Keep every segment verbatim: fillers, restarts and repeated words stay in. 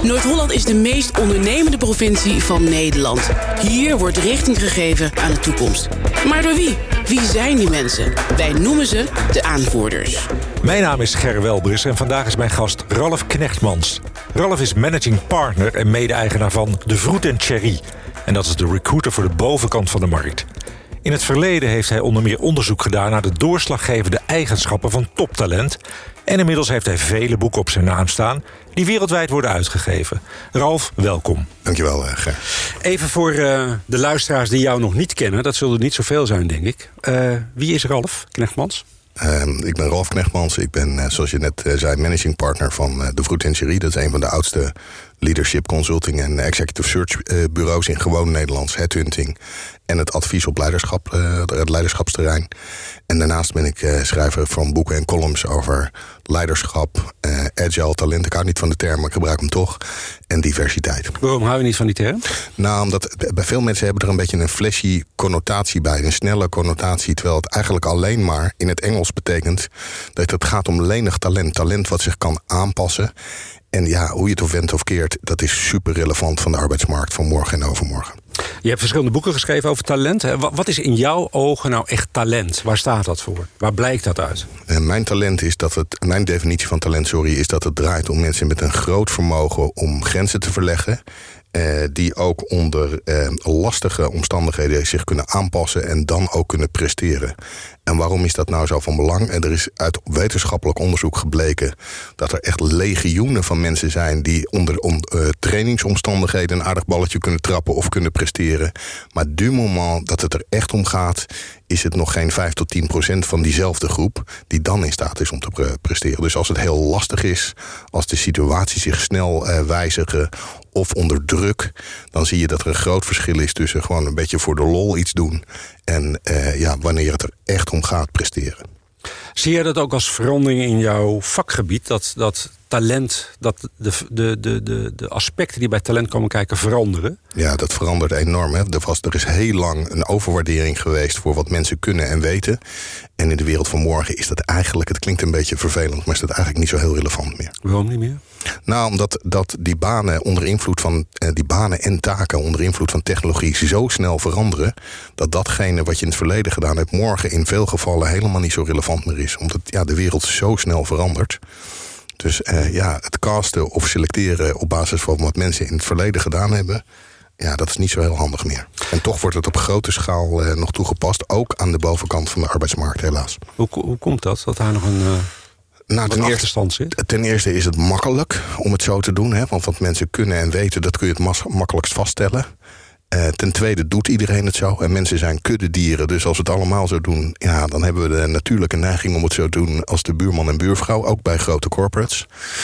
Noord-Holland is de meest ondernemende provincie van Nederland. Hier wordt richting gegeven aan de toekomst. Maar door wie? Wie zijn die mensen? Wij noemen ze de aanvoerders. Mijn naam is Ger Welbers en vandaag is mijn gast Ralf Knechtmans. Ralf is managing partner en mede-eigenaar van De Vroet en Cherry. En dat is de recruiter voor de bovenkant van de markt. In het verleden heeft hij onder meer onderzoek gedaan naar de doorslaggevende eigenschappen van toptalent. En inmiddels heeft hij vele boeken op zijn naam staan die wereldwijd worden uitgegeven. Ralf, welkom. Dankjewel, Ger. Even voor uh, de luisteraars die jou nog niet kennen, dat zullen er niet zoveel zijn, denk ik. Uh, wie is Ralf Knechtmans? Uh, ik ben Ralf Knechtmans. Ik ben, uh, zoals je net uh, zei, managing partner van uh, De Vroet en Cherry. Dat is een van de oudste leadership consulting en executive search uh, bureaus in gewoon Nederlands, headhunting en het advies op leiderschap, uh, het leiderschapsterrein. En daarnaast ben ik uh, schrijver van boeken en columns over leiderschap, uh, agile talent. Ik hou niet van de term, maar ik gebruik hem toch. En diversiteit. Waarom hou je niet van die term? Nou, omdat bij veel mensen hebben er een beetje een flashy connotatie bij. Een snelle connotatie, terwijl het eigenlijk alleen maar in het Engels betekent dat het gaat om lenig talent. Talent wat zich kan aanpassen. En ja, hoe je het of wendt of keert, dat is super relevant van de arbeidsmarkt van morgen en overmorgen. Je hebt verschillende boeken geschreven over talent. Wat is in jouw ogen nou echt talent? Waar staat dat voor? Waar blijkt dat uit? En mijn talent is dat het, mijn definitie van talent, sorry, is dat het draait om mensen met een groot vermogen om grenzen te verleggen. Eh, die ook onder eh, lastige omstandigheden zich kunnen aanpassen en dan ook kunnen presteren. En waarom is dat nou zo van belang? En er is uit wetenschappelijk onderzoek gebleken dat er echt legioenen van mensen zijn die onder on, uh, trainingsomstandigheden een aardig balletje kunnen trappen of kunnen presteren. Maar du moment dat het er echt om gaat, is het nog geen vijf tot tien procent van diezelfde groep die dan in staat is om te pre- presteren. Dus als het heel lastig is, als de situatie zich snel uh, wijzigen of onder druk, dan zie je dat er een groot verschil is tussen gewoon een beetje voor de lol iets doen en uh, ja, wanneer het er echt om gaat presteren. Zie jij dat ook als verandering in jouw vakgebied? Dat, dat talent, dat de, de, de, de, de aspecten die bij talent komen kijken veranderen? Ja, dat verandert enorm. Hè. Er, was, er is heel lang een overwaardering geweest voor wat mensen kunnen en weten. En in de wereld van morgen is dat eigenlijk, het klinkt een beetje vervelend, maar is dat eigenlijk niet zo heel relevant meer. Waarom niet meer? Nou, omdat dat die banen onder invloed van eh, die banen en taken onder invloed van technologie zo snel veranderen, dat datgene wat je in het verleden gedaan hebt morgen in veel gevallen helemaal niet zo relevant meer is. Omdat ja, de wereld zo snel verandert. Dus uh, ja, het casten of selecteren op basis van wat mensen in het verleden gedaan hebben, ja, dat is niet zo heel handig meer. En toch wordt het op grote schaal uh, nog toegepast, ook aan de bovenkant van de arbeidsmarkt, helaas. Hoe, hoe komt dat, dat daar nog een uh, nou, ten achterstand eerste, zit? Ten eerste is het makkelijk om het zo te doen, hè, want wat mensen kunnen en weten, dat kun je het mas- makkelijkst vaststellen. Uh, ten tweede doet iedereen het zo. En mensen zijn kuddedieren. Dus als we het allemaal zo doen, ja, dan hebben we de natuurlijke neiging om het zo te doen als de buurman en buurvrouw. Ook bij grote corporates.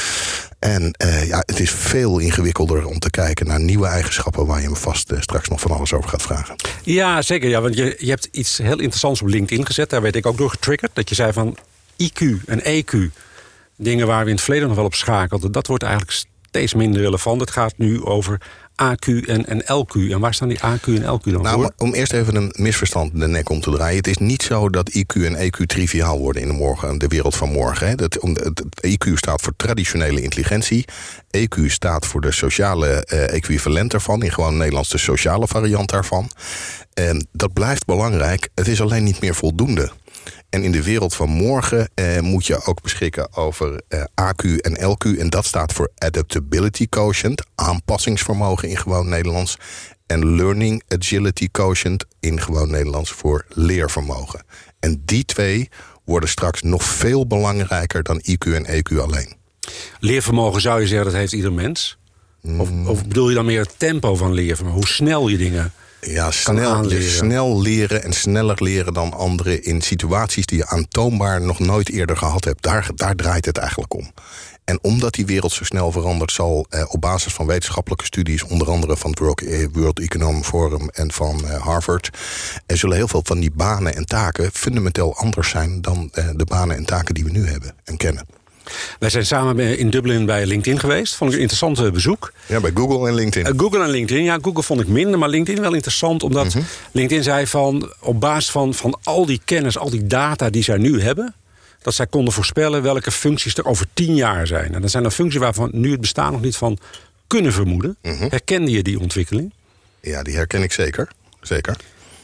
En uh, ja, het is veel ingewikkelder om te kijken naar nieuwe eigenschappen waar je me vast uh, straks nog van alles over gaat vragen. Ja, zeker. Ja, want je, je hebt iets heel interessants op LinkedIn gezet. Daar werd ik ook door getriggerd. Dat je zei van I Q en E Q. Dingen waar we in het verleden nog wel op schakelden. Dat wordt eigenlijk steeds minder relevant. Het gaat nu over A Q en, en L Q. En waar staan die A Q en L Q dan nou, voor? Om eerst even een misverstand de nek om te draaien. Het is niet zo dat I Q en E Q triviaal worden in de, morgen, de wereld van morgen. Hè. Dat, het, het I Q staat voor traditionele intelligentie. E Q staat voor de sociale uh, equivalent daarvan. In gewoon Nederlands de sociale variant daarvan. En dat blijft belangrijk. Het is alleen niet meer voldoende. En in de wereld van morgen eh, moet je ook beschikken over eh, A Q en L Q. En dat staat voor Adaptability Quotient, aanpassingsvermogen in gewoon Nederlands. En Learning Agility Quotient in gewoon Nederlands voor leervermogen. En die twee worden straks nog veel belangrijker dan I Q en E Q alleen. Leervermogen zou je zeggen, dat heeft ieder mens? Of, of bedoel je dan meer het tempo van leervermogen? Hoe snel je dingen Ja, snel, snel leren en sneller leren dan anderen in situaties die je aantoonbaar nog nooit eerder gehad hebt. Daar, daar draait het eigenlijk om. En omdat die wereld zo snel verandert, zal eh, op basis van wetenschappelijke studies, onder andere van het World, World Economic Forum en van eh, Harvard, er zullen heel veel van die banen en taken fundamenteel anders zijn dan eh, de banen en taken die we nu hebben en kennen. Wij zijn samen in Dublin bij LinkedIn geweest. Vond ik een interessant bezoek. Ja, bij Google en LinkedIn. Uh, Google en LinkedIn. Ja, Google vond ik minder, maar LinkedIn wel interessant. Omdat mm-hmm. LinkedIn zei van, op basis van, van al die kennis, al die data die zij nu hebben, dat zij konden voorspellen welke functies er over tien jaar zijn. En dat zijn dan functies waarvan nu het bestaan nog niet van kunnen vermoeden. Mm-hmm. Herkende je die ontwikkeling? Ja, die herken ik zeker. Zeker.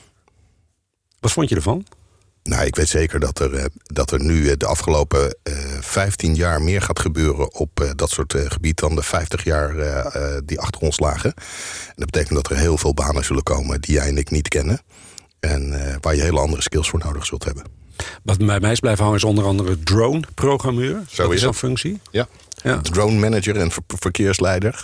Wat vond je ervan? Nou, ik weet zeker dat er, uh, dat er nu uh, de afgelopen uh, vijftien jaar meer gaat gebeuren op uh, dat soort uh, gebied dan de vijftig jaar uh, uh, die achter ons lagen. En dat betekent dat er heel veel banen zullen komen die jij en ik niet kennen. En uh, waar je hele andere skills voor nodig zult hebben. Wat bij mij is blijven hangen is onder andere drone-programmeur. Zo dat is is zo'n het. functie. Ja, Ja. drone manager en ver- verkeersleider.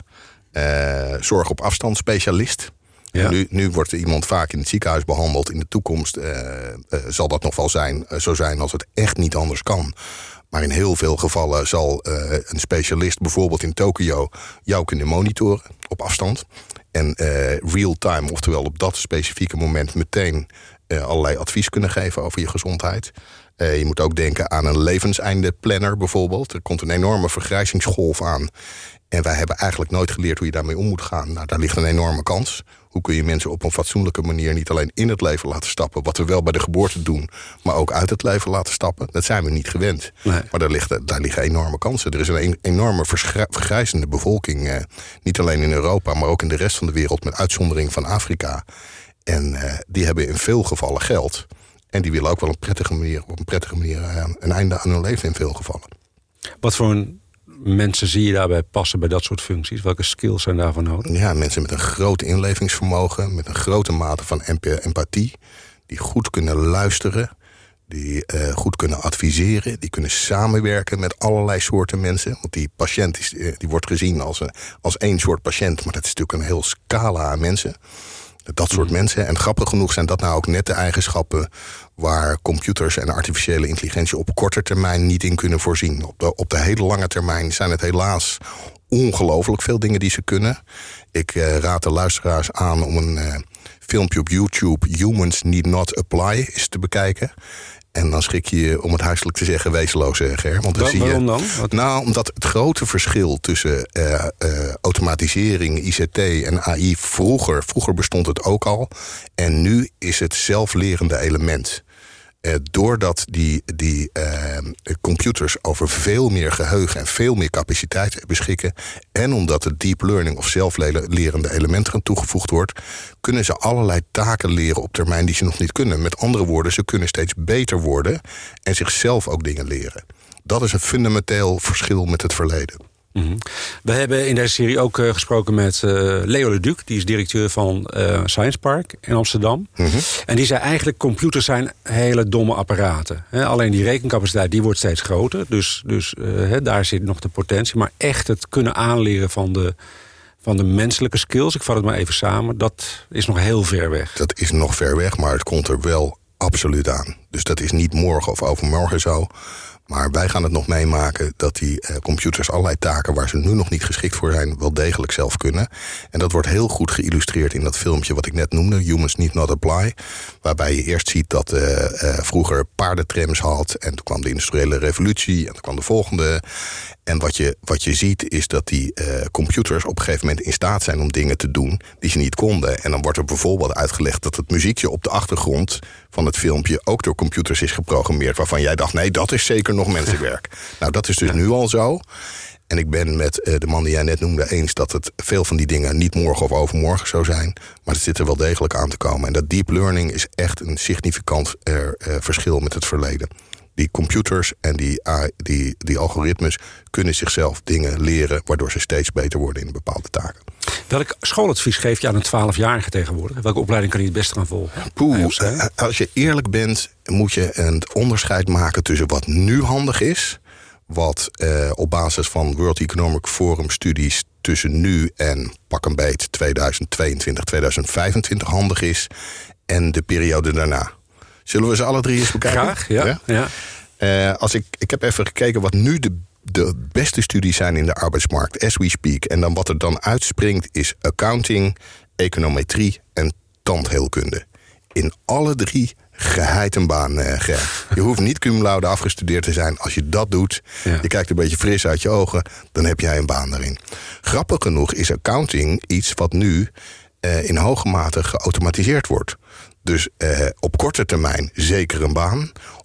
Uh, zorg op afstand specialist. Ja. Nu, nu wordt iemand vaak in het ziekenhuis behandeld. In de toekomst uh, uh, zal dat nog wel zijn, uh, zo zijn als het echt niet anders kan. Maar in heel veel gevallen zal uh, een specialist bijvoorbeeld in Tokio jou kunnen monitoren op afstand. En uh, real-time, oftewel op dat specifieke moment meteen uh, allerlei advies kunnen geven over je gezondheid. Uh, je moet ook denken aan een levenseindeplanner bijvoorbeeld. Er komt een enorme vergrijzingsgolf aan. En wij hebben eigenlijk nooit geleerd hoe je daarmee om moet gaan. Nou, daar ligt een enorme kans. Hoe kun je mensen op een fatsoenlijke manier niet alleen in het leven laten stappen, wat we wel bij de geboorte doen, maar ook uit het leven laten stappen? Dat zijn we niet gewend. Nee. Maar daar, ligt, daar liggen enorme kansen. Er is een enorme vergrijzende bevolking. Eh, niet alleen in Europa, maar ook in de rest van de wereld, met uitzondering van Afrika. En eh, die hebben in veel gevallen geld. En die willen ook wel een prettige manier, op een prettige manier uh, een einde aan hun leven in veel gevallen. Wat voor een mensen zie je daarbij passen bij dat soort functies? Welke skills zijn daarvoor nodig? Ja, mensen met een groot inlevingsvermogen, met een grote mate van empathie, die goed kunnen luisteren, die uh, goed kunnen adviseren, die kunnen samenwerken met allerlei soorten mensen. Want die patiënt is, uh, die wordt gezien als, een, als één soort patiënt, maar dat is natuurlijk een heel scala aan mensen. Dat soort mm. mensen. En grappig genoeg zijn dat nou ook net de eigenschappen waar computers en artificiële intelligentie op korte termijn niet in kunnen voorzien. Op de, op de hele lange termijn zijn het helaas ongelooflijk veel dingen die ze kunnen. Ik uh, raad de luisteraars aan om een uh, filmpje op YouTube, Humans Need Not Apply, eens te bekijken. En dan schrik je, om het huiselijk te zeggen, wezenloos, Ger. Want dan Waar, zie je, waarom dan? Wat? Nou, omdat het grote verschil tussen uh, uh, automatisering, I C T en A I vroeger, vroeger bestond het ook al. En nu is het zelflerende element. Uh, doordat die, die uh, computers over veel meer geheugen en veel meer capaciteit beschikken, en omdat het deep learning of zelflerende element eraan toegevoegd wordt, kunnen ze allerlei taken leren op termijn die ze nog niet kunnen. Met andere woorden, ze kunnen steeds beter worden en zichzelf ook dingen leren. Dat is een fundamenteel verschil met het verleden. Mm-hmm. We hebben in deze serie ook uh, gesproken met uh, Leo Leduc. Die is directeur van uh, Science Park in Amsterdam. Mm-hmm. En die zei eigenlijk, computers zijn hele domme apparaten. He, alleen die rekencapaciteit die wordt steeds groter. Dus, dus uh, he, daar zit nog de potentie. Maar echt het kunnen aanleren van de, van de menselijke skills, ik vat het maar even samen, dat is nog heel ver weg. Dat is nog ver weg, maar het komt er wel absoluut aan. Dus dat is niet morgen of overmorgen zo. Maar wij gaan het nog meemaken dat die uh, computers allerlei taken waar ze nu nog niet geschikt voor zijn, wel degelijk zelf kunnen. En dat wordt heel goed geïllustreerd in dat filmpje wat ik net noemde, Humans Need Not Apply. Waarbij je eerst ziet dat uh, uh, vroeger paardentrams had, en toen kwam de industriële revolutie en toen kwam de volgende. En wat je, wat je ziet is dat die uh, computers op een gegeven moment in staat zijn om dingen te doen die ze niet konden. En dan wordt er bijvoorbeeld uitgelegd dat het muziekje op de achtergrond van het filmpje ook door computers is geprogrammeerd, waarvan jij dacht, nee, dat is zeker nog mensenwerk. Nou, dat is dus nu al zo. En ik ben met uh, de man die jij net noemde eens dat het veel van die dingen niet morgen of overmorgen zou zijn. Maar het zit er wel degelijk aan te komen. En dat deep learning is echt een significant uh, uh, verschil met het verleden. Die computers en die, uh, die, die algoritmes kunnen zichzelf dingen leren, waardoor ze steeds beter worden in bepaalde taken. Welk schooladvies geef je aan een twaalfjarige tegenwoordig? Welke opleiding kan hij het beste gaan volgen? Poeh, uh, als je eerlijk bent, moet je een onderscheid maken tussen wat nu handig is, wat uh, op basis van World Economic Forum studies tussen nu en pak een beet tweeduizend tweeëntwintig, tweeduizend vijfentwintig handig is, en de periode daarna. Zullen we ze alle drie eens bekijken? Graag, ja. ja? ja. Uh, als ik, ik heb even gekeken wat nu de, de beste studies zijn in de arbeidsmarkt, as we speak. En dan wat er dan uitspringt is accounting, econometrie en tandheelkunde. In alle drie geheid een baan, uh, Ger. Je hoeft niet cum laude afgestudeerd te zijn. Als je dat doet, ja. je kijkt een beetje fris uit je ogen, dan heb jij een baan daarin. Grappig genoeg is accounting iets wat nu uh, in hoge mate geautomatiseerd wordt. Dus uh, op korte termijn zeker een baan.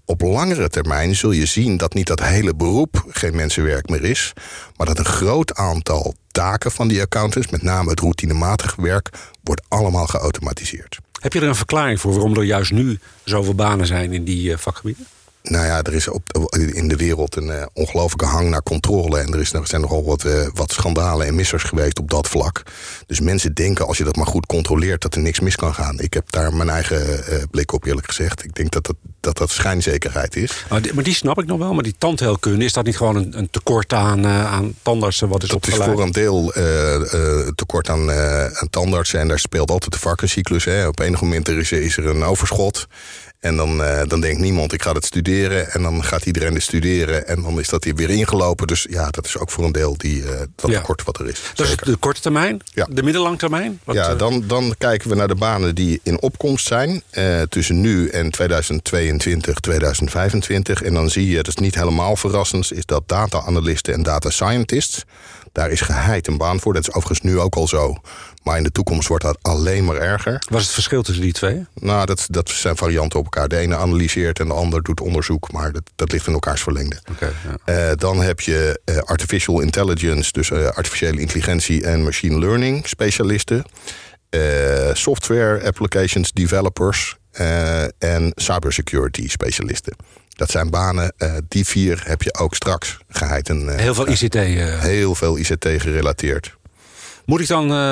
op langere termijn zul je zien dat niet dat hele beroep geen mensenwerk meer is, maar dat een groot aantal taken van die accountants, met name het routinematige werk, wordt allemaal geautomatiseerd. Heb je er een verklaring voor waarom er juist nu zoveel banen zijn in die uh, vakgebieden? Nou ja, er is op, in de wereld een uh, ongelooflijke hang naar controle. En er, is, er zijn nogal wat, uh, wat schandalen en missers geweest op dat vlak. Dus mensen denken, als je dat maar goed controleert, dat er niks mis kan gaan. Ik heb daar mijn eigen uh, blik op, eerlijk gezegd. Ik denk dat dat, dat, dat schijnzekerheid is. Maar die, maar die snap ik nog wel. Maar die tandheelkunde, is dat niet gewoon een, een tekort aan, uh, aan tandartsen wat is dat opgeleid? Dat is voor een deel uh, uh, tekort aan, uh, aan tandartsen. En daar speelt altijd de varkenscyclus. Hè. Op enig moment er is, is er een overschot. En dan, uh, dan denkt niemand, ik ga het studeren. En dan gaat iedereen het studeren. En dan is dat hier weer ingelopen. Dus ja, dat is ook voor een deel die, uh, dat ja. tekort wat er is. Dat is de korte termijn? Ja. De middellange termijn? Wat, ja, dan, dan kijken we naar de banen die in opkomst zijn. Uh, tussen nu en tweeduizend tweeëntwintig, tweeduizend vijfentwintig. En dan zie je, dat is niet helemaal verrassend, is dat data-analysten en data scientists. Daar is geheid een baan voor. Dat is overigens nu ook al zo. Maar in de toekomst wordt dat alleen maar erger. Wat is het verschil tussen die twee? Nou, dat, dat zijn varianten op elkaar. De ene analyseert en de ander doet onderzoek. Maar dat, dat ligt in elkaars verlengde. Okay, ja. uh, dan heb je uh, artificial intelligence, dus uh, artificiële intelligentie en machine learning specialisten. Uh, software applications developers uh, en cybersecurity specialisten. Dat zijn banen, uh, die vier heb je ook straks geheid. En, uh, heel veel I C T. Uh... Heel veel I C T gerelateerd. Moet ik dan uh,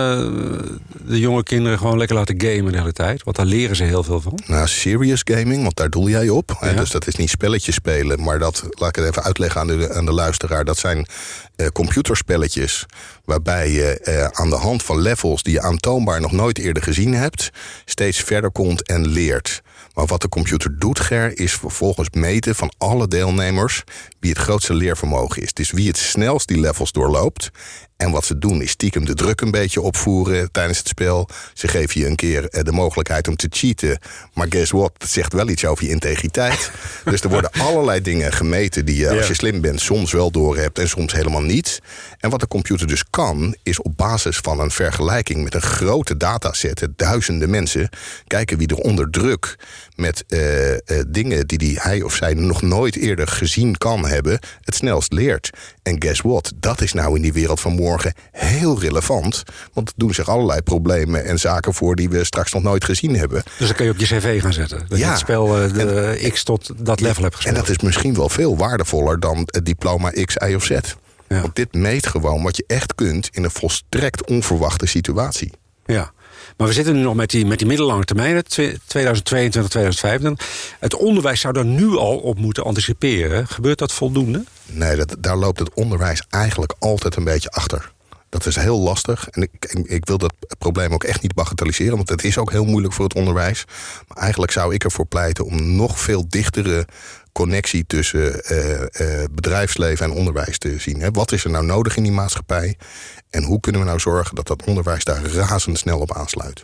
de jonge kinderen gewoon lekker laten gamen de hele tijd? Want daar leren ze heel veel van. Nou, serious gaming, want daar doel jij op. Ja. Dus dat is niet spelletjes spelen, maar dat, laat ik het even uitleggen aan de, aan de luisteraar. Dat zijn uh, computerspelletjes waarbij je uh, aan de hand van levels die je aantoonbaar nog nooit eerder gezien hebt, steeds verder komt en leert. Maar wat de computer doet, Ger, is vervolgens meten van alle deelnemers wie het grootste leervermogen is. Dus wie het snelst die levels doorloopt. En wat ze doen is stiekem de druk een beetje opvoeren tijdens het spel. Ze geven je een keer de mogelijkheid om te cheaten. Maar guess what? Dat zegt wel iets over je integriteit. Dus er worden allerlei dingen gemeten die je, als je slim bent, soms wel doorhebt en soms helemaal niet. En wat de computer dus kan, is op basis van een vergelijking met een grote dataset, duizenden mensen, kijken wie er onder druk met uh, uh, dingen die die, hij of zij nog nooit eerder gezien kan hebben, het snelst leert. En guess what? Dat is nou in die wereld van morgen heel relevant. Want er doen zich allerlei problemen en zaken voor die we straks nog nooit gezien hebben. Dus dan kun je op je cv gaan zetten. Dat ja. je het spel uh, de en, X tot dat level hebt gespeeld. En dat is misschien wel veel waardevoller dan het diploma X, Y of Z. Ja. Want dit meet gewoon wat je echt kunt in een volstrekt onverwachte situatie. Ja. Maar we zitten nu nog met die, met die middellange termijn, tweeduizend tweeëntwintig, tweeduizend vijfentwintig. Het onderwijs zou daar nu al op moeten anticiperen. Gebeurt dat voldoende? Nee, dat, daar loopt het onderwijs eigenlijk altijd een beetje achter. Dat is heel lastig. En ik, ik wil dat probleem ook echt niet bagatelliseren, want het is ook heel moeilijk voor het onderwijs. Maar eigenlijk zou ik ervoor pleiten om nog veel dichtere connectie tussen uh, uh, bedrijfsleven en onderwijs te zien. Hè. Wat is er nou nodig in die maatschappij? En hoe kunnen we nou zorgen dat dat onderwijs daar razendsnel op aansluit?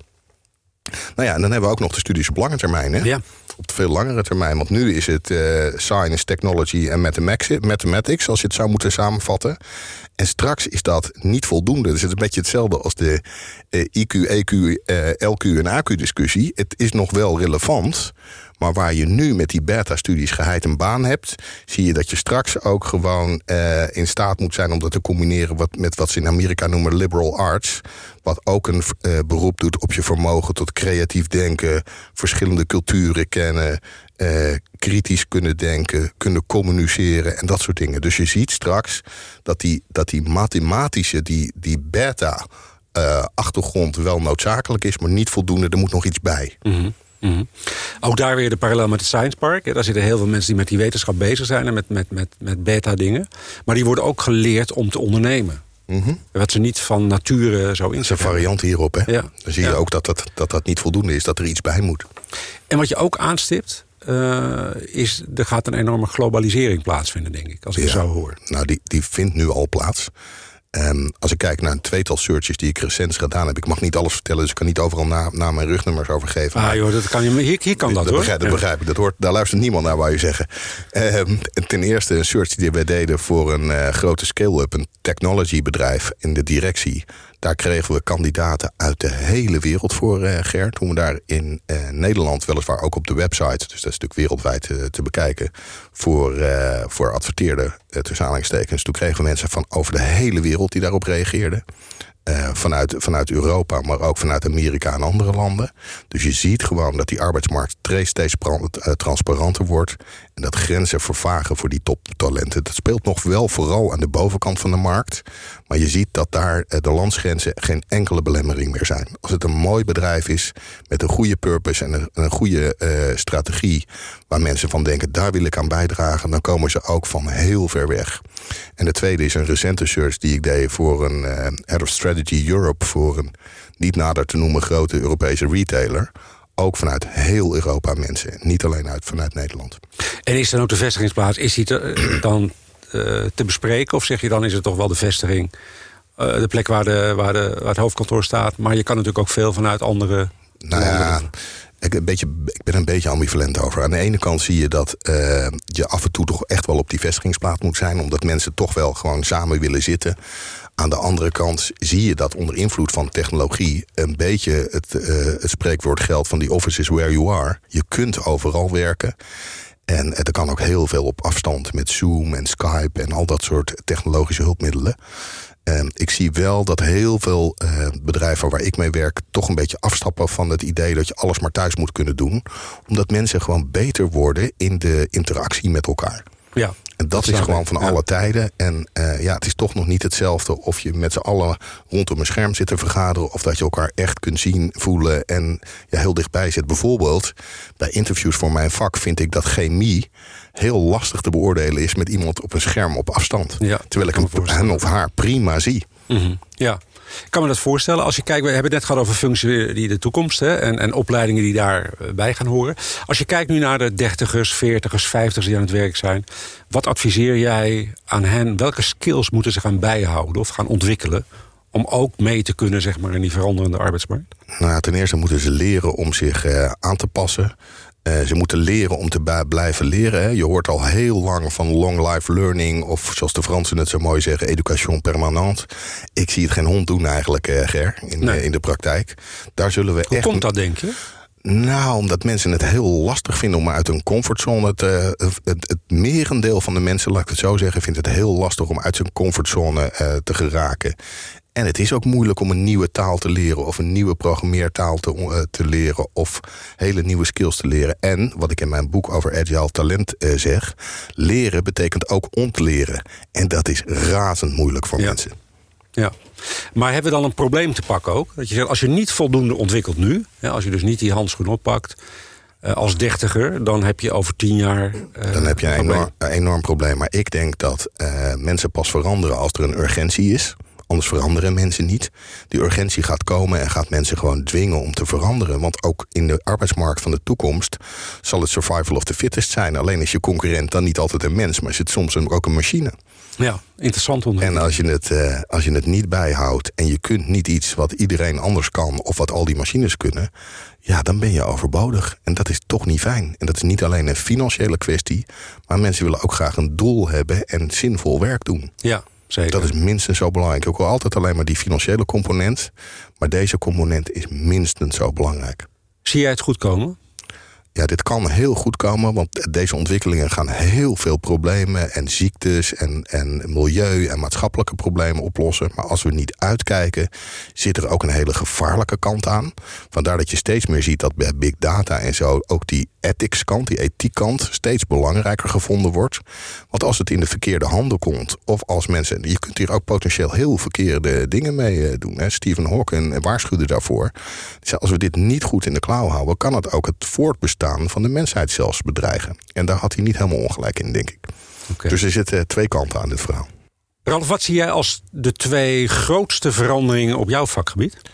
Nou ja, en dan hebben we ook nog de studies op lange termijn. Hè? Ja. Op veel langere termijn. Want nu is het uh, science, technology en mathematics, als je het zou moeten samenvatten. En straks is dat niet voldoende. Dus het is een beetje hetzelfde als de uh, I Q, E Q, uh, L Q en A Q discussie. Het is nog wel relevant. Maar waar je nu met die beta-studies geheid een baan hebt, zie je dat je straks ook gewoon uh, in staat moet zijn om dat te combineren wat, met wat ze in Amerika noemen liberal arts. Wat ook een uh, beroep doet op je vermogen tot creatief denken, verschillende culturen kennen, uh, kritisch kunnen denken, kunnen communiceren en dat soort dingen. Dus je ziet straks dat die, dat die mathematische, die, die beta uh, achtergrond wel noodzakelijk is, maar niet voldoende. Er moet nog iets bij. Mm-hmm. Mm-hmm. Ook daar weer de parallel met het Science Park. Daar zitten heel veel mensen die met die wetenschap bezig zijn en met, met, met, met beta-dingen. Maar die worden ook geleerd om te ondernemen. Mm-hmm. Wat ze niet van nature zo inzetten. Dat is een variant hierop, hè? Ja. Dan zie je ja. ook dat dat, dat dat niet voldoende is, dat er iets bij moet. En wat je ook aanstipt, uh, is er gaat een enorme globalisering plaatsvinden, denk ik, als ik ja. het zo hoor. Nou, die, die vindt nu al plaats. Um, als ik kijk naar een tweetal searches die ik recent gedaan heb... ik mag niet alles vertellen, dus ik kan niet overal na, na mijn rugnummers over geven. Ah joh, dat kan je, hier, hier kan dat, dat hoor. Begrijp, dat begrijp ik, dat hoort, daar luistert niemand naar, wou je zeggen. Um, ten eerste een search die wij deden voor een uh, grote scale-up... een technology bedrijf in de directie. Daar kregen we kandidaten uit de hele wereld voor, uh, Ger. Toen we daar in uh, Nederland, weliswaar ook op de website... dus dat is natuurlijk wereldwijd uh, te bekijken... voor, uh, voor adverteerden, uh, tussen aanhalingstekens. Toen kregen we mensen van over de hele wereld die daarop reageerden. Uh, vanuit, vanuit Europa, maar ook vanuit Amerika en andere landen. Dus je ziet gewoon dat die arbeidsmarkt steeds transparanter wordt... en dat grenzen vervagen voor die toptalenten. Dat speelt nog wel vooral aan de bovenkant van de markt... maar je ziet dat daar de landsgrenzen geen enkele belemmering meer zijn. Als het een mooi bedrijf is met een goede purpose en een, een goede uh, strategie... waar mensen van denken, daar wil ik aan bijdragen... dan komen ze ook van heel ver weg. En de tweede is een recente search die ik deed voor een uh, Head of Strategy Europe... voor een niet nader te noemen grote Europese retailer... ook vanuit heel Europa mensen, niet alleen uit, vanuit Nederland. En is dan ook de vestigingsplaats, is die te, dan uh, te bespreken? Of zeg je dan is het toch wel de vestiging, uh, de plek waar, de, waar, de, waar het hoofdkantoor staat... maar je kan natuurlijk ook veel vanuit andere... Nou ja, ik, een beetje, ik ben een beetje ambivalent over. Aan de ene kant zie je dat uh, je af en toe toch echt wel op die vestigingsplaats moet zijn... omdat mensen toch wel gewoon samen willen zitten... Aan de andere kant zie je dat onder invloed van technologie... een beetje het, uh, het spreekwoord geldt van the office is where you are. Je kunt overal werken. En er kan ook heel veel op afstand met Zoom en Skype... en al dat soort technologische hulpmiddelen. Uh, ik zie wel dat heel veel uh, bedrijven waar ik mee werk... toch een beetje afstappen van het idee dat je alles maar thuis moet kunnen doen. Omdat mensen gewoon beter worden in de interactie met elkaar. Ja. En dat, dat is gewoon van ja. alle tijden. En uh, ja, het is toch nog niet hetzelfde of je met z'n allen rondom een scherm zit te vergaderen... of dat je elkaar echt kunt zien, voelen en ja, heel dichtbij zit. Bijvoorbeeld, bij interviews voor mijn vak vind ik dat chemie... heel lastig te beoordelen is met iemand op een scherm op afstand. Ja, terwijl ik hem, hem of haar prima zie. Mm-hmm. Ja. Ik kan me dat voorstellen. Als je kijkt, we hebben het net gehad over functies die de toekomst... Hè, en, en opleidingen die daarbij gaan horen. Als je kijkt nu naar de dertigers, veertigers, vijftigers die aan het werk zijn... wat adviseer jij aan hen? Welke skills moeten ze gaan bijhouden of gaan ontwikkelen... om ook mee te kunnen, zeg maar, in die veranderende arbeidsmarkt? Nou, ten eerste moeten ze leren om zich uh, aan te passen... Uh, ze moeten leren om te blijven leren. Hè. Je hoort al heel lang van long life learning... of zoals de Fransen het zo mooi zeggen, éducation permanente. Ik zie het geen hond doen eigenlijk, uh, Ger, in, nee. uh, in de praktijk. Daar zullen we Hoe echt... komt dat, denk je? Nou, omdat mensen het heel lastig vinden om uit hun comfortzone... te, het, het, het merendeel van de mensen, laat ik het zo zeggen... vindt het heel lastig om uit zijn comfortzone uh, te geraken... En het is ook moeilijk om een nieuwe taal te leren... of een nieuwe programmeertaal te, uh, te leren... of hele nieuwe skills te leren. En, wat ik in mijn boek over agile talent uh, zeg... leren betekent ook ontleren. En dat is razend moeilijk voor ja. mensen. Ja, maar hebben we dan een probleem te pakken ook? Dat je zegt, als je niet voldoende ontwikkelt nu... Hè, als je dus niet die handschoen oppakt... Uh, als dertiger, dan heb je over tien jaar... Uh, dan heb je een enorm, een enorm probleem. Maar ik denk dat uh, mensen pas veranderen als er een urgentie is... Anders veranderen mensen niet. Die urgentie gaat komen en gaat mensen gewoon dwingen om te veranderen. Want ook in de arbeidsmarkt van de toekomst... zal het survival of the fittest zijn. Alleen is je concurrent dan niet altijd een mens... maar is het soms ook een machine. Ja, interessant onderwerp. En als je, het, uh, als je het niet bijhoudt... en je kunt niet iets wat iedereen anders kan... of wat al die machines kunnen... ja, dan ben je overbodig. En dat is toch niet fijn. En dat is niet alleen een financiële kwestie... maar mensen willen ook graag een doel hebben... en zinvol werk doen. Ja. Zeker. Dat is minstens zo belangrijk. Ik wil altijd alleen maar die financiële component. Maar deze component is minstens zo belangrijk. Zie jij het goed komen? Ja, dit kan heel goed komen, want deze ontwikkelingen gaan heel veel problemen en ziektes en, en milieu en maatschappelijke problemen oplossen. Maar als we niet uitkijken, zit er ook een hele gevaarlijke kant aan. Vandaar dat je steeds meer ziet dat bij big data en zo ook die ethics kant, die ethiekkant, steeds belangrijker gevonden wordt. Want als het in de verkeerde handen komt, of als mensen, je kunt hier ook potentieel heel verkeerde dingen mee doen. Hè. Stephen Hawking waarschuwde daarvoor. Dus als we dit niet goed in de klauw houden, kan het ook het voortbestaan van de mensheid zelfs bedreigen. En daar had hij niet helemaal ongelijk in, denk ik. Okay. Dus er zitten twee kanten aan dit verhaal. Ralf, wat zie jij als de twee grootste veranderingen op jouw vakgebied?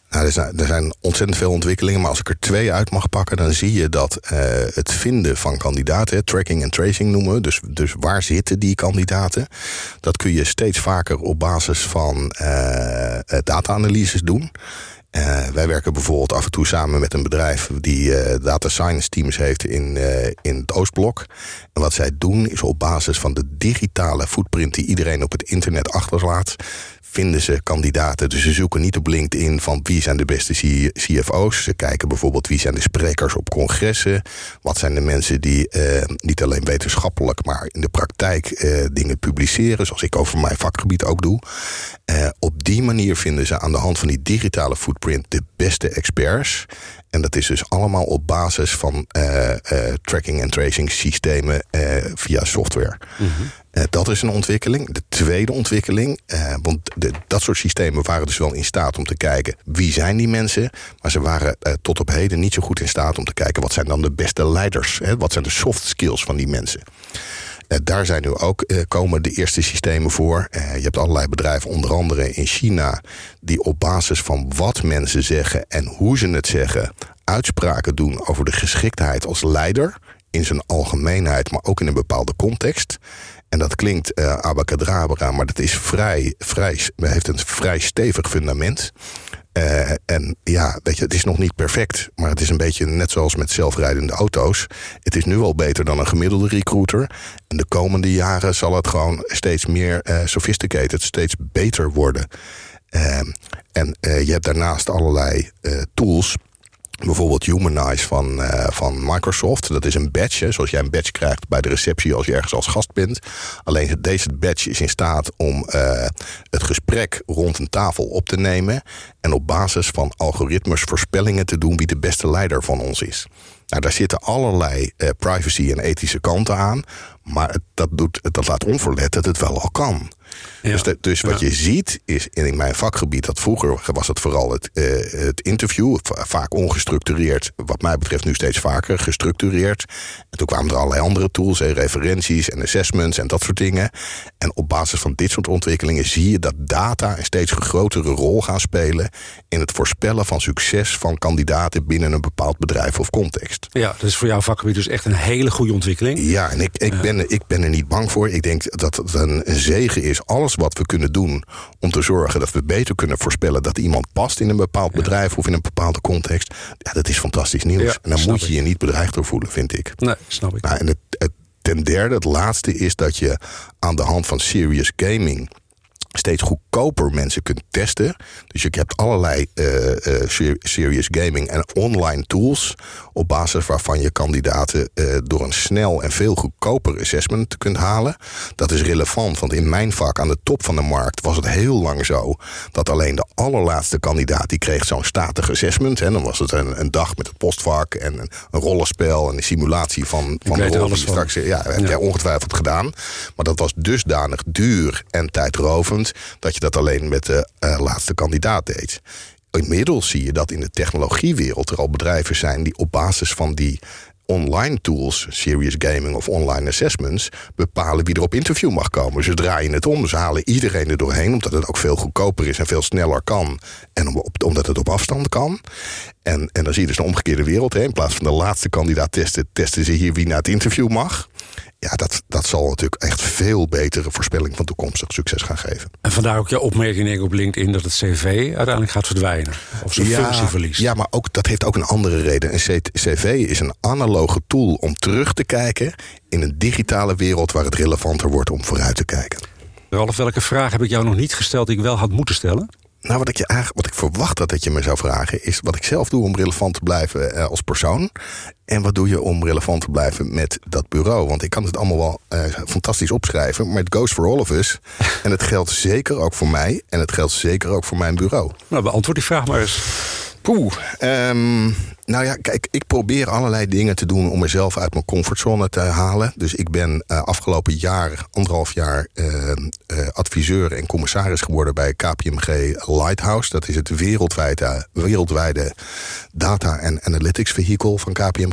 Nou, er, zijn, er zijn ontzettend veel ontwikkelingen, maar als ik er twee uit mag pakken, dan zie je dat uh, het vinden van kandidaten, tracking en tracing noemen we, dus, dus waar zitten die kandidaten, dat kun je steeds vaker op basis van uh, data-analyses doen. Uh, wij werken bijvoorbeeld af en toe samen met een bedrijf die uh, data science teams heeft in, uh, in het Oostblok. En wat zij doen is op basis van de digitale footprint die iedereen op het internet achterlaat, vinden ze kandidaten. Dus ze zoeken niet op LinkedIn van wie zijn de beste C F O's. Ze kijken bijvoorbeeld wie zijn de sprekers op congressen. Wat zijn de mensen die uh, niet alleen wetenschappelijk, maar in de praktijk uh, dingen publiceren, zoals ik over mijn vakgebied ook doe. Uh, op die manier vinden ze aan de hand van die digitale footprint de beste experts. En dat is dus allemaal op basis van uh, uh, tracking en tracing systemen uh, via software. Mm-hmm. Uh, dat is een ontwikkeling. De tweede ontwikkeling, uh, want de, dat soort systemen waren dus wel in staat om te kijken wie zijn die mensen, maar ze waren uh, tot op heden niet zo goed in staat om te kijken wat zijn dan de beste leiders, hè? Wat zijn de soft skills van die mensen. Uh, daar zijn nu ook uh, komen de eerste systemen voor. Uh, je hebt allerlei bedrijven, onder andere in China, die op basis van wat mensen zeggen en hoe ze het zeggen, uitspraken doen over de geschiktheid als leider in zijn algemeenheid, maar ook in een bepaalde context. En dat klinkt uh, abacadabra, maar dat is vrij, vrij, heeft een vrij stevig fundament. Uh, en ja, weet je, het is nog niet perfect, maar het is een beetje net zoals met zelfrijdende auto's. Het is nu al beter dan een gemiddelde recruiter. En de komende jaren zal het gewoon steeds meer uh, sophisticated, steeds beter worden. Uh, en uh, je hebt daarnaast allerlei uh, tools. Bijvoorbeeld Humanize van, uh, van Microsoft. Dat is een badge, hè, zoals jij een badge krijgt bij de receptie als je ergens als gast bent. Alleen deze badge is in staat om uh, het gesprek rond een tafel op te nemen en op basis van algoritmes voorspellingen te doen wie de beste leider van ons is. Nou, daar zitten allerlei uh, privacy en ethische kanten aan, maar het, dat, doet, dat laat onverlet dat het wel al kan. Ja. Dus, de, dus wat ja. je ziet is in mijn vakgebied, dat vroeger was het vooral het, uh, het interview, vaak ongestructureerd, wat mij betreft nu steeds vaker gestructureerd. En toen kwamen er allerlei andere tools, hè, referenties en assessments en dat soort dingen. En op basis van dit soort ontwikkelingen zie je dat data een steeds grotere rol gaan spelen in het voorspellen van succes van kandidaten binnen een bepaald bedrijf of context. Ja, dat is voor jouw vakgebied dus echt een hele goede ontwikkeling. Ja, en ik, ik, ja. Ben, ik ben er niet bang voor. Ik denk dat het een zegen is. Alles wat we kunnen doen om te zorgen dat we beter kunnen voorspellen dat iemand past in een bepaald ja. bedrijf of in een bepaalde context. Ja, dat is fantastisch nieuws. Ja, en dan moet je ik. je niet bedreigd door voelen, vind ik. Nee, snap ik. Nou, en het, het, ten derde, het laatste is dat je aan de hand van serious gaming steeds goedkoper mensen kunt testen. Dus je hebt allerlei uh, uh, serious gaming en online tools op basis waarvan je kandidaten uh, door een snel en veel goedkoper assessment kunt halen. Dat is relevant, want in mijn vak aan de top van de markt was het heel lang zo dat alleen de allerlaatste kandidaat die kreeg zo'n statig assessment. En dan was het een, een dag met het postvak en een, een rollenspel en een simulatie van, van de rol die je straks. Ja, heb ja. jij ongetwijfeld gedaan. Maar dat was dusdanig duur en tijdrovend dat je dat alleen met de uh, laatste kandidaat deed. Inmiddels zie je dat in de technologiewereld er al bedrijven zijn die op basis van die online tools, serious gaming of online assessments, bepalen wie er op interview mag komen. Ze draaien het om, ze halen iedereen er doorheen, omdat het ook veel goedkoper is en veel sneller kan. En om, op, omdat het op afstand kan. En, en dan zie je dus een omgekeerde wereld. Hè. In plaats van de laatste kandidaat testen, testen ze hier wie naar het interview mag. Ja, dat, dat zal natuurlijk echt veel betere voorspelling van toekomstig succes gaan geven. En vandaar ook je opmerking op LinkedIn dat het cv uiteindelijk gaat verdwijnen. Of zijn ja, functie verliest. Ja, maar ook, dat heeft ook een andere reden. Een cv is een analoge tool om terug te kijken in een digitale wereld waar het relevanter wordt om vooruit te kijken. Ralf, welke vraag heb ik jou nog niet gesteld die ik wel had moeten stellen? Nou, wat ik, je eigenlijk, wat ik verwacht had dat je me zou vragen, is wat ik zelf doe om relevant te blijven uh, als persoon. En wat doe je om relevant te blijven met dat bureau? Want ik kan het allemaal wel uh, fantastisch opschrijven, maar it goes for all of us. En het geldt zeker ook voor mij en het geldt zeker ook voor mijn bureau. Nou, beantwoord die vraag maar eens. Poeh. Um, nou ja, kijk, ik probeer allerlei dingen te doen om mezelf uit mijn comfortzone te halen. Dus ik ben uh, afgelopen jaar, anderhalf jaar, uh, uh, adviseur en commissaris geworden bij K P M G Lighthouse. Dat is het wereldwijde, wereldwijde data- en analytics vehikel van K P M G.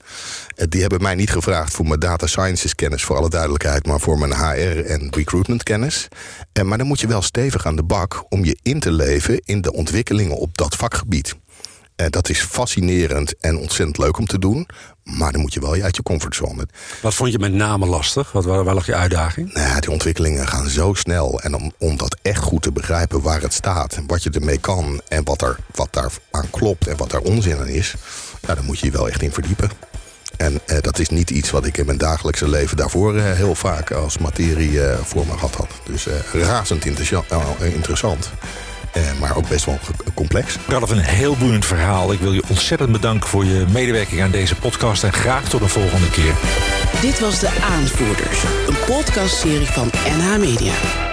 Uh, die hebben mij niet gevraagd voor mijn data sciences kennis, voor alle duidelijkheid, maar voor mijn H R en recruitment kennis. Uh, maar dan moet je wel stevig aan de bak om je in te leven in de ontwikkelingen op dat vakgebied. Uh, dat is fascinerend en ontzettend leuk om te doen. Maar dan moet je wel uit je comfortzone. Wat vond je met name lastig? Wat, waar, waar lag je uitdaging? Nou ja, die ontwikkelingen gaan zo snel. En om, om dat echt goed te begrijpen waar het staat, en wat je ermee kan en wat, er, wat daar aan klopt en wat daar onzin aan is, nou, dan moet je je wel echt in verdiepen. En eh, dat is niet iets wat ik in mijn dagelijkse leven daarvoor eh, heel vaak als materie eh, voor me gehad had. Dus eh, razend interessant. Uh, maar ook best wel complex. Ralf, een heel boeiend verhaal. Ik wil je ontzettend bedanken voor je medewerking aan deze podcast. En graag tot een volgende keer. Dit was De Aanvoerders, een podcastserie van N H Media.